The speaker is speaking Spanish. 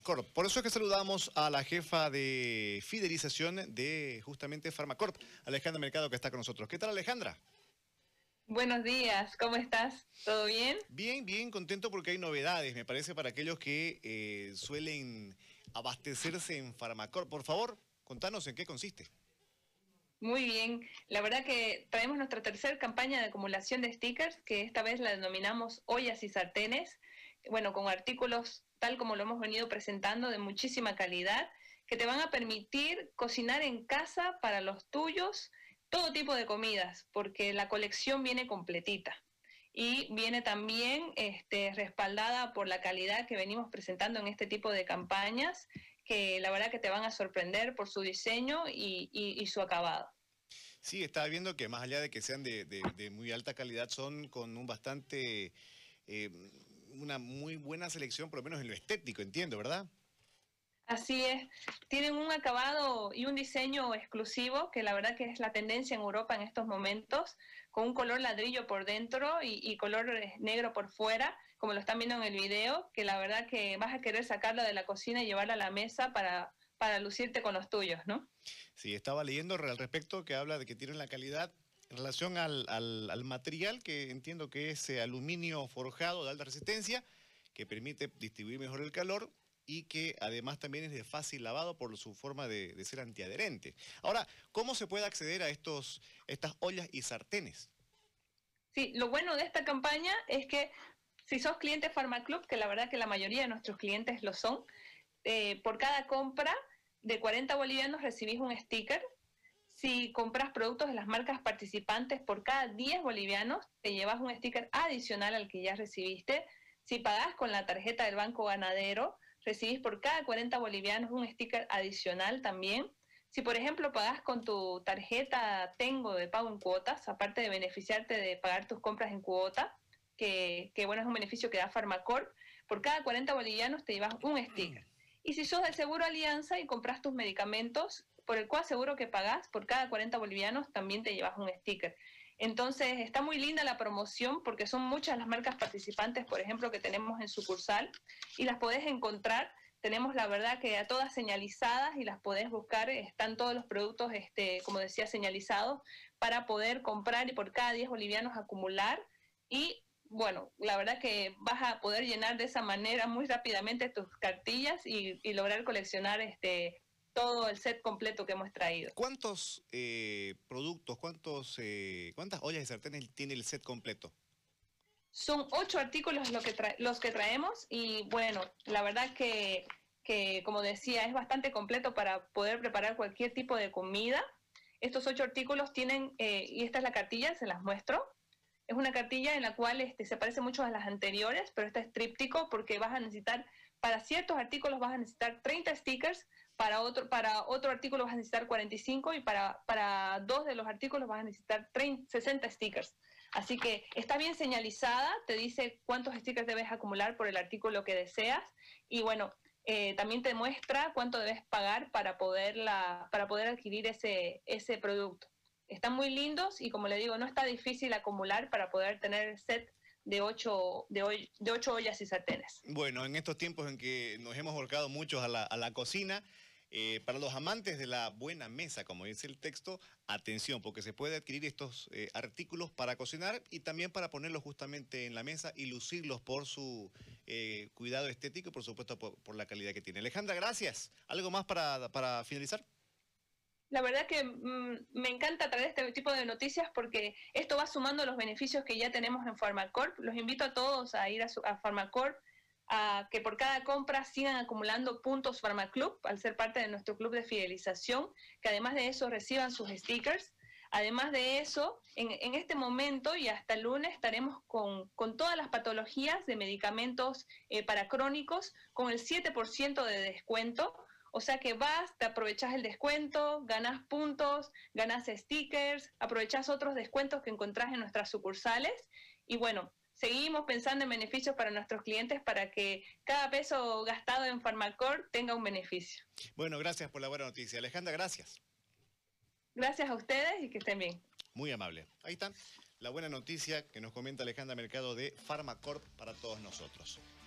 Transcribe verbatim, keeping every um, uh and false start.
Corp. Por eso es que saludamos a la jefa de fidelización de justamente Farmacorp, Alejandra Mercado, que está con nosotros. ¿Qué tal, Alejandra? Buenos días, ¿cómo estás? ¿Todo bien? Bien, bien, contento porque hay novedades, me parece, para aquellos que eh, suelen abastecerse en Farmacorp. Por favor, contanos en qué consiste. Muy bien. La verdad que traemos nuestra tercera campaña de acumulación de stickers, que esta vez la denominamos ollas y sartenes. Bueno, con artículos tal como lo hemos venido presentando, de muchísima calidad, que te van a permitir cocinar en casa para los tuyos todo tipo de comidas, porque la colección viene completita. Y viene también este, respaldada por la calidad que venimos presentando en este tipo de campañas, que la verdad que te van a sorprender por su diseño y, y, y su acabado. Sí, estaba viendo que más allá de que sean de, de- de muy alta calidad, son con un bastante, eh, una muy buena selección, por lo menos en lo estético, entiendo, ¿verdad? Así es, tienen un acabado y un diseño exclusivo que la verdad que es la tendencia en Europa en estos momentos, con un color ladrillo por dentro y, y color negro por fuera, como lo están viendo en el video, que la verdad que vas a querer sacarlo de la cocina y llevarlo a la mesa para, para lucirte con los tuyos, ¿no? Sí, estaba leyendo al respecto que habla de que tienen la calidad en relación al, al- al material, que entiendo que es eh, aluminio forjado de alta resistencia, que permite distribuir mejor el calor y que además también es de fácil lavado por su forma de, de ser antiadherente. Ahora, ¿cómo se puede acceder a estos, estas ollas y sartenes? Sí, lo bueno de esta campaña es que si sos cliente Farmaclub, que la verdad que la mayoría de nuestros clientes lo son, eh, por cada compra de cuarenta bolivianos recibís un sticker. Si compras productos de las marcas participantes, por cada diez bolivianos te llevas un sticker adicional al que ya recibiste. Si pagás con la tarjeta del Banco Ganadero, recibís por cada cuarenta bolivianos un sticker adicional también. Si, por ejemplo, pagás con tu tarjeta Tengo de pago en cuotas, aparte de beneficiarte de pagar tus compras en cuota, que, que bueno, es un beneficio que da Farmacorp, por cada cuarenta bolivianos te llevas un sticker. Y si sos del Seguro Alianza y compras tus medicamentos, por el cual seguro que pagás, por cada cuarenta bolivianos también te llevas un sticker. Entonces está muy linda la promoción porque son muchas las marcas participantes, por ejemplo, que tenemos en sucursal y las podés encontrar. Tenemos la verdad que a todas señalizadas y las podés buscar, están todos los productos, este, como decía, señalizados para poder comprar y por cada diez bolivianos acumular y bueno, la verdad que vas a poder llenar de esa manera muy rápidamente tus cartillas y, y lograr coleccionar este todo el set completo que hemos traído. ¿Cuántos eh, productos, cuántos, eh, cuántas ollas y sartenes tiene el set completo? Son ocho artículos lo que los que traemos y bueno, la verdad que, que, como decía, es bastante completo para poder preparar cualquier tipo de comida. Estos ocho artículos tienen, eh, y esta es la cartilla, se las muestro. Es una cartilla en la cual este, se parece mucho a las anteriores, pero esta es tríptico porque vas a necesitar, para ciertos artículos vas a necesitar treinta stickers, para otro, para otro artículo vas a necesitar cuarenta y cinco y para, para dos de los artículos vas a necesitar treinta, sesenta stickers. Así que está bien señalizada, te dice cuántos stickers debes acumular por el artículo que deseas y bueno, eh, también te muestra cuánto debes pagar para, poderla, para poder adquirir ese, ese producto. Están muy lindos y como le digo, no está difícil acumular para poder tener el set de ocho, de, hoy, de ocho ollas y sartenes. Bueno, en estos tiempos en que nos hemos volcado muchos a la, a la cocina, eh, para los amantes de la buena mesa, como dice el texto, atención, porque se puede adquirir estos eh, artículos para cocinar y también para ponerlos justamente en la mesa y lucirlos por su eh, cuidado estético y por supuesto por, por la calidad que tiene. Alejandra, gracias. ¿Algo más para, para finalizar? La verdad que mmm, me encanta traer este tipo de noticias porque esto va sumando los beneficios que ya tenemos en Farmacorp. Los invito a todos a ir a, su, a Farmacorp, a que por cada compra sigan acumulando puntos Farmaclub al ser parte de nuestro club de fidelización, que además de eso reciban sus stickers. Además de eso, en, en este momento y hasta el lunes estaremos con, con todas las patologías de medicamentos eh, para crónicos con el siete por ciento de descuento. O sea que vas, te aprovechas el descuento, ganas puntos, ganas stickers, aprovechas otros descuentos que encontrás en nuestras sucursales y bueno, seguimos pensando en beneficios para nuestros clientes para que cada peso gastado en Farmacorp tenga un beneficio. Bueno, gracias por la buena noticia. Alejandra, gracias. Gracias a ustedes y que estén bien. Muy amable. Ahí está la buena noticia que nos comenta Alejandra Mercado de Farmacorp para todos nosotros.